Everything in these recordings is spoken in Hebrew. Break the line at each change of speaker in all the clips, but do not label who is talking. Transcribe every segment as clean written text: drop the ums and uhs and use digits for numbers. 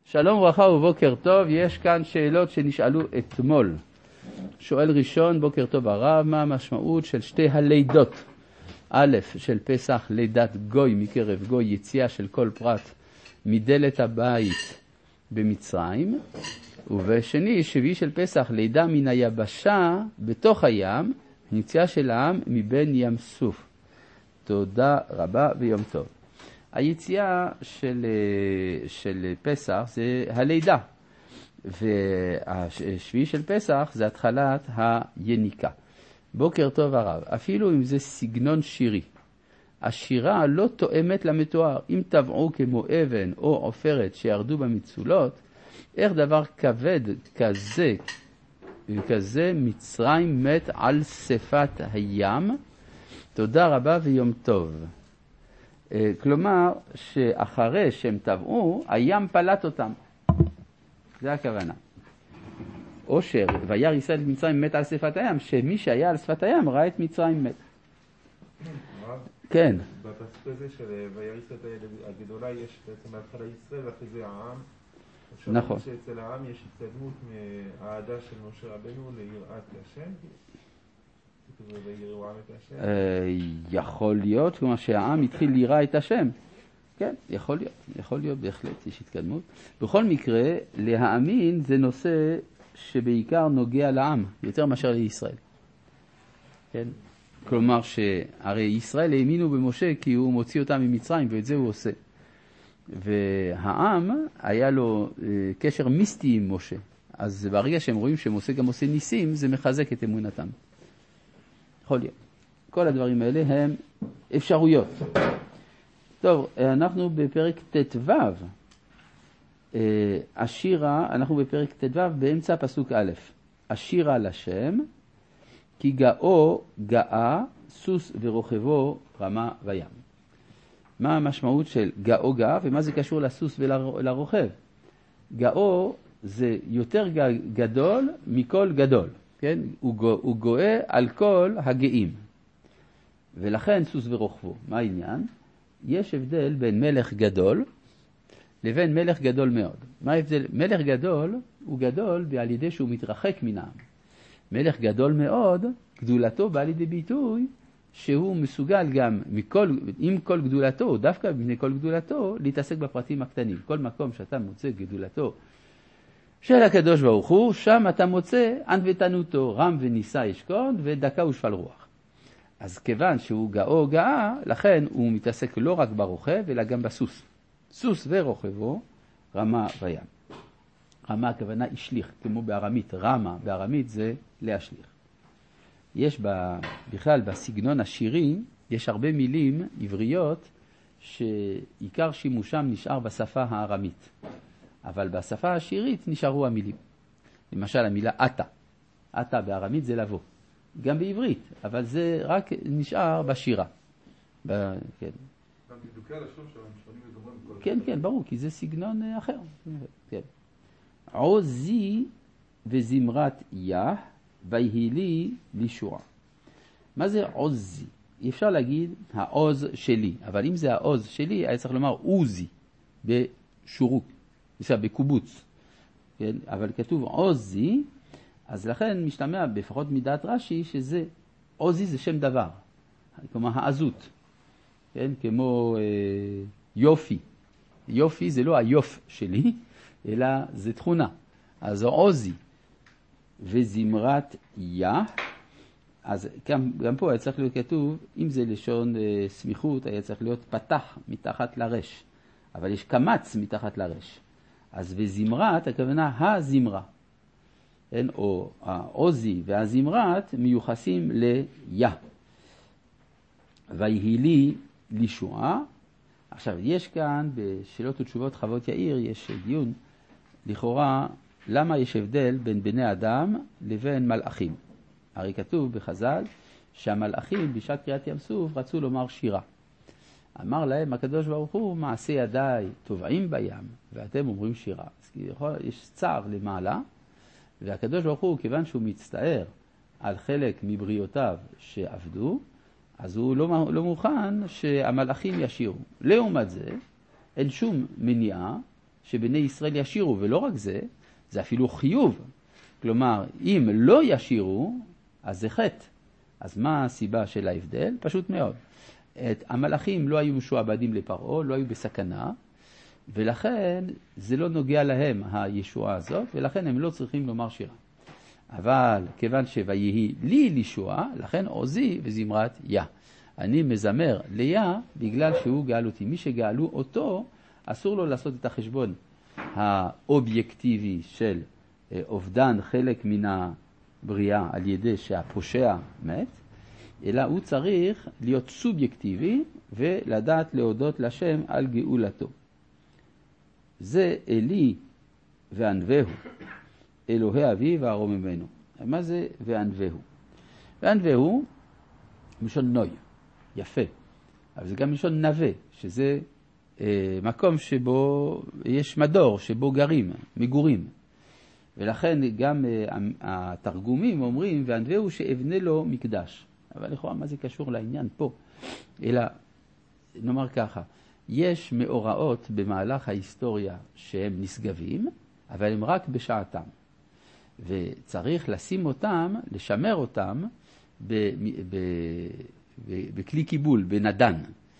שלום וברכה ובוקר טוב. יש כאן שאלות שנשאלו אתמול. שואל ראשון, בוקר טוב הרב, מה המשמעות של שתי הלידות? א', של פסח לידת גוי מקרב גוי, יציאה של כל פרט מדלת הבית במצרים, ובשני, שביעי של פסח לידה מן היבשה בתוך הים, יציאה של העם מבין ים סוף. תודה רבה ויום טוב. היציאה של פסח זה הלידה, והשביעי של פסח זה התחלת היניקה. בוקר טוב הרב, אפילו אם זה סגנון שירי, השירה לא תואמת למתואר. אם טבעו כמו אבן או עופרת שירדו במצולות, איך דבר כבד כזה מצרים מת על שפת הים? תודה רבה ויום טוב. כלומר, שאחרי שהם טבעו, הים פלט אותם. זה הכוונה. או וירא ישראל את מצרים מת על שפת הים, שמי שהיה על שפת הים ראה את מצרים מת. כן.
בפסוק הזה של וירא ישראל הגדולה יש בעצם בהתחלה ישראל ואחרי זה העם.
נכון.
שאצל העם יש התקדמות מהאהדה של משה רבנו ליראת השם.
יכול להיות, כלומר שהעם התחיל לירא את השם. כן, יכול להיות בהחלט, יש התקדמות. בכל מקרה, להאמין זה נושא שבעיקר נוגע לעם, יותר מאשר לישראל. כן? כלומר שהרי ישראל האמינו במשה כי הוא מוציא אותם ממצרים, ואת זה הוא עושה. והעם היה לו קשר מיסטי עם משה. אז ברגע שהם רואים שמשה גם עושה ניסים, זה מחזק את אמונתם. יכול להיות. כל הדברים האלה הם אפשרויות. טוב, אנחנו בפרק ט"ו. השירה, אנחנו בפרק ט"ו באמצע פסוק א'. השירה לשם, כי גאו גאה, סוס ורוכבו רמה וים. מה המשמעות של גאו גאה ומה זה קשור לסוס ולרוכב? גאו זה יותר גדול מכל גדול. כן? הוא גואה על כל הגאים. ולכן סוס ורוכבו. מה העניין? יש הבדל בין מלך גדול לבין מלך גדול מאוד. מה ההבדל? מלך גדול הוא גדול על ידי שהוא מתרחק מן העם. מלך גדול מאוד, גדולתו בא לידי ביטוי שהוא מסוגל גם עם כל גדולתו, דווקא בפני כל גדולתו, להתעסק בפרטים הקטנים. כל מקום שאתה מוצא גדולתו של הקדוש ברוך הוא, שם אתה מוצא ענוותנותו, רם ונישא ישכון ודקה ושפל רוח. אז כיוון שהוא גאו גאה, לכן הוא מתעסק לא רק ברוכב, אלא גם בסוס. סוס ורוכבו, רמה וים. רמה הכוונה השליך, כמו בארמית. רמה בארמית זה להשליך. יש בכלל בסגנון השירי, יש הרבה מילים עבריות שעיקר שימושם נשאר בשפה הארמית. אבל בשפה השירית נשארו המילים. למשל המילה אטה. אטה בארמית זה לבוא. גם בעברית, אבל זה רק נשאר בשירה. כן.
גם בדיוקי הלשון שלנו שונים ודומים כל
כן, כן, ברור, כי זה סגנון אחר. כן. עוזי וזמרת יה, ויהי לי לישועה. מה זה עוזי? אי אפשר להגיד העוז שלי, אבל אם זה העוז שלי, היה צריך לומר עוזי בשורוק. בקובוץ, כן? אבל כתוב עוזי, אז לכן משתמע בפחות מדעת רש"י שזה, עוזי זה שם דבר, כלומר העזות, כן? כמו יופי. יופי זה לא היוף שלי, אלא זה תכונה. אז עוזי וזמרת יה, אז גם פה היה צריך להיות כתוב, אם זה לשון סמיכות, היה צריך להיות פתח מתחת לרש, אבל יש קמץ מתחת לרש. אז וזמרת, הכוונה הזמרה. כן? או העוזי והזמרת מיוחסים ליה. ויהי לי לישועה. עכשיו, יש כאן בשאלות ותשובות חוות יאיר, יש דיון לכאורה, למה יש הבדל בין בני אדם לבין מלאכים. הרי כתוב בחז"ל שהמלאכים בשעת קריאת ים סוף רצו לומר שירה. אמר להם הקדוש ברוך הוא, מעשה ידיי טובעים בים, ואתם אומרים שירה. אז יש צער למעלה, והקדוש ברוך הוא, כיוון שהוא מצטער על חלק מבריאותיו שעבדו, אז הוא לא מוכן שהמלאכים ישירו. לעומת זה, אין שום מניעה שבני ישראל ישירו, ולא רק זה, זה אפילו חיוב. כלומר, אם לא ישירו, אז זה חטא. אז מה הסיבה של ההבדל? פשוט מאוד. המלאכים לא היו משועבדים לפרעה, לא היו בסכנה, ולכן זה לא נוגע להם הישועה הזאת, ולכן הם לא צריכים לומר שירה. אבל כיוון שויהי לי לישועה, לכן עוזי וזמרת יה. אני מזמר ליה בגלל שהוא גאל אותי. מי שגאלו אותו, אסור לו לעשות את החשבון האובייקטיבי של אובדן חלק מן הבריאה על ידי שהפושע מת, אלא הוא צריך להיות סובייקטיבי ולדעת להודות לשם על גאולתו. זה אלי וענווהו, אלוהי אבי והרוממנו. מה זה וענווהו? וענווהו משון נוי, יפה. אבל זה גם משון נווה, שזה מקום שבו יש מדור, שבו גרים, מגורים. ולכן גם התרגומים אומרים, וענווהו שאבנה לו מקדש. אבל לכאורה מה זה קשור לעניין פה? אלא, נאמר ככה, יש מאורעות במהלך ההיסטוריה שהם נשגבים, אבל הם רק בשעתם. וצריך לשים אותם, לשמר אותם בכלי קיבול, בנדן.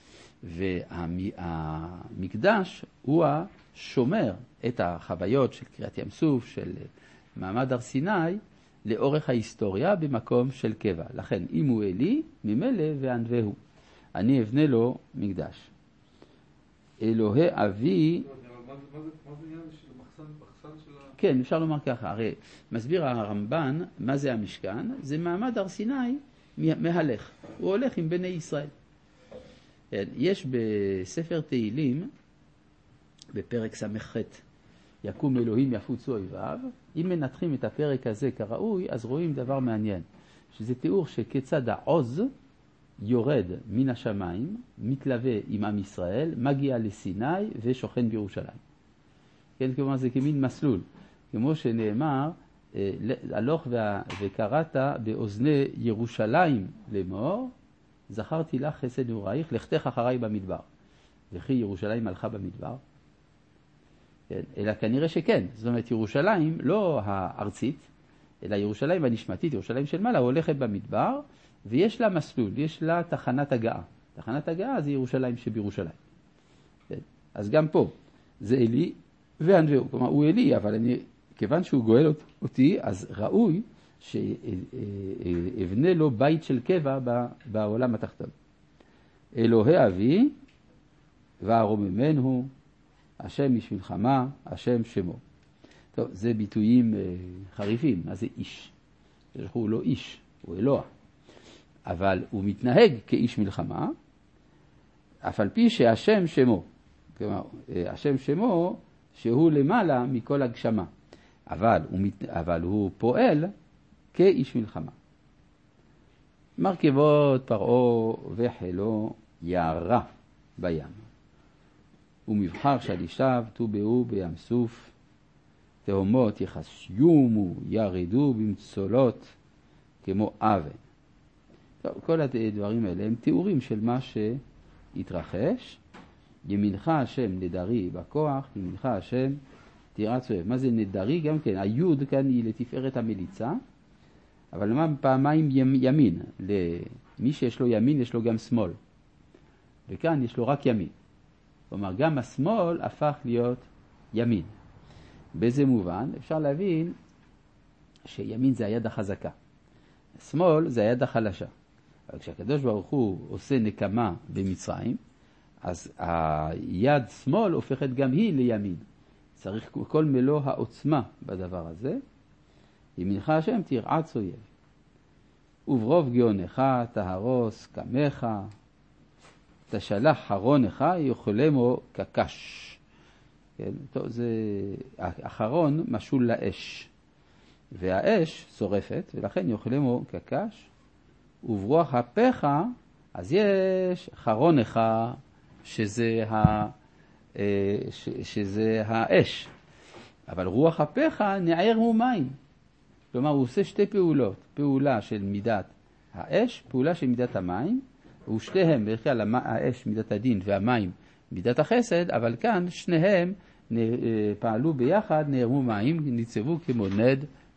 והמקדש הוא השומר את החוויות של קריאת ים סוף, של מעמד הר סיני, לאורך ההיסטוריה במקום של קבע. לכן, אם הוא אלי, ממילא וענווהו. אני אבנה לו מקדש. אלוהי אבי...
מה זה עניין של מחסן של ה...
כן, אפשר לומר ככה. הרי מסביר הרמב"ן מה זה המשכן. זה מעמד הר סיני מהלך. הוא הולך עם בני ישראל. יש בספר תהילים, בפרק ס"ח, יקום אלוהים יפוצו אויביו. אם מנתחים את הפרק הזה כראוי, אז רואים דבר מעניין. שזה תיאור שכיצד העוז יורד מן השמיים, מתלווה עם עם ישראל, מגיע לסיני ושוכן בירושלים. כן, כלומר זה כמין מסלול. כמו שנאמר, הלוך וקראת באוזני ירושלים לאמור, זכרתי לך חסד נעורייך, לכתך אחריי במדבר. וכי ירושלים הלכה במדבר? כן, אלא כנראה שכן. זאת אומרת, ירושלים לא הארצית, אלא ירושלים הנשמתית, ירושלים של מעלה, הולכת במדבר, ויש לה מסלול, יש לה תחנת הגעה. תחנת הגעה זה ירושלים שבירושלים. כן? אז גם פה, זה אלי וענווהו. כלומר, הוא אלי, אבל כיוון שהוא גואל אותי, אז ראוי שאבנה לו בית של קבע בעולם התחתון. אלוהי אבי והרוממנו, השם איש מלחמה, השם שמו. טוב, זה ביטויים חריפים. מה זה איש? הוא לא איש, הוא אלוה. אבל הוא מתנהג כאיש מלחמה, אף על פי שהשם שמו. כלומר, השם שמו שהוא למעלה מכל הגשמה. אבל הוא פועל כאיש מלחמה. מרכבות פרעה וחילו יערה בים. ומבחר שלישיו טובעו בים סוף, תהומות יחסיומו ירדו במצולות כמו אבן. טוב, כל הדברים האלה הם תיאורים של מה שהתרחש. ימינך השם נדרי בכוח, ימינך השם תירץ אוהב. מה זה נדרי? גם כן, היוד כאן היא לתפארת המליצה, אבל מה פעמיים ימין? למי שיש לו ימין יש לו גם שמאל, וכאן יש לו רק ימין. כלומר, גם השמאל הפך להיות ימין. באיזה מובן? אפשר להבין שימין זה היד החזקה. שמאל זה היד החלשה. אבל כשהקדוש ברוך הוא עושה נקמה במצרים, אז היד שמאל הופכת גם היא לימין. צריך כל מלוא העוצמה בדבר הזה. ימינך השם תרעץ אויב. וברוב גאונך תהרוס קמך, תשלח חרונך יאכלמו כקש. כן? טוב, זה החרון משול לאש. והאש שורפת, ולכן יאכלמו כקש. וברוח אפיך, אז יש חרונך, שזה האש. אבל רוח אפיך נער מים. כלומר, הוא עושה שתי פעולות. פעולה של מידת האש, פעולה של מידת המים, ושתיהם, בדרך כלל האש מידת הדין והמים מידת החסד, אבל כאן שניהם פעלו ביחד, נערמו מים, ניצבו כמו נד